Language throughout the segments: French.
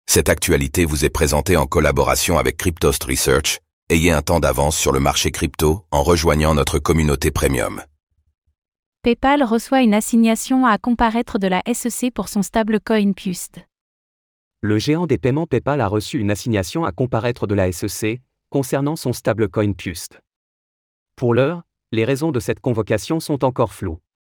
Cette actualité vous est présentée en collaboration avec Cryptost Research. Ayez un temps d'avance sur le marché crypto en rejoignant notre communauté premium. PayPal reçoit une assignation à comparaître de la SEC pour son stablecoin PUSD. Le géant des paiements PayPal a reçu une assignation à comparaître de la SEC concernant son stablecoin PUSD. Pour l'heure, les raisons de cette convocation sont encore floues.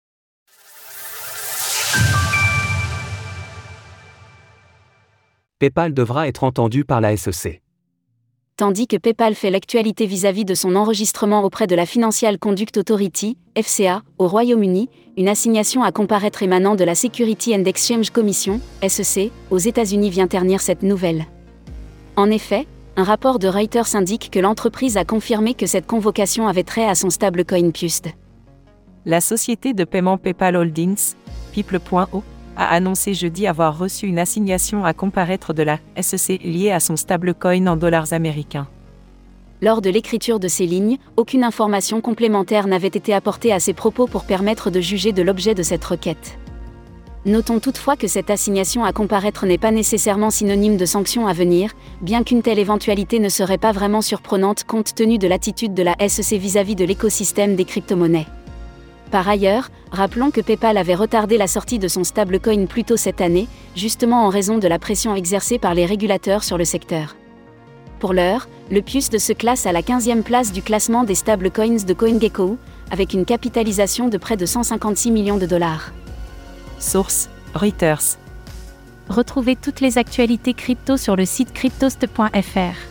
PayPal devra être entendu par la SEC. Tandis que PayPal fait l'actualité vis-à-vis de son enregistrement auprès de la Financial Conduct Authority, FCA, au Royaume-Uni, une assignation à comparaître émanant de la Security and Exchange Commission, SEC, aux États-Unis vient ternir cette nouvelle. En effet, un rapport de Reuters indique que l'entreprise a confirmé que cette convocation avait trait à son stablecoin PUSD. La société de paiement PayPal Holdings, People.o, a annoncé jeudi avoir reçu une assignation à comparaître de la SEC liée à son stablecoin en dollars américains. Lors de l'écriture de ces lignes, aucune information complémentaire n'avait été apportée à ces propos pour permettre de juger de l'objet de cette requête. Notons toutefois que cette assignation à comparaître n'est pas nécessairement synonyme de sanctions à venir, bien qu'une telle éventualité ne serait pas vraiment surprenante compte tenu de l'attitude de la SEC vis-à-vis de l'écosystème des crypto-monnaies. Par ailleurs, rappelons que PayPal avait retardé la sortie de son stablecoin plus tôt cette année, justement en raison de la pression exercée par les régulateurs sur le secteur. Pour l'heure, le PUSD se classe à la 15e place du classement des stablecoins de CoinGecko, avec une capitalisation de près de 156 millions de dollars. Source: Reuters. Retrouvez toutes les actualités crypto sur le site cryptost.fr.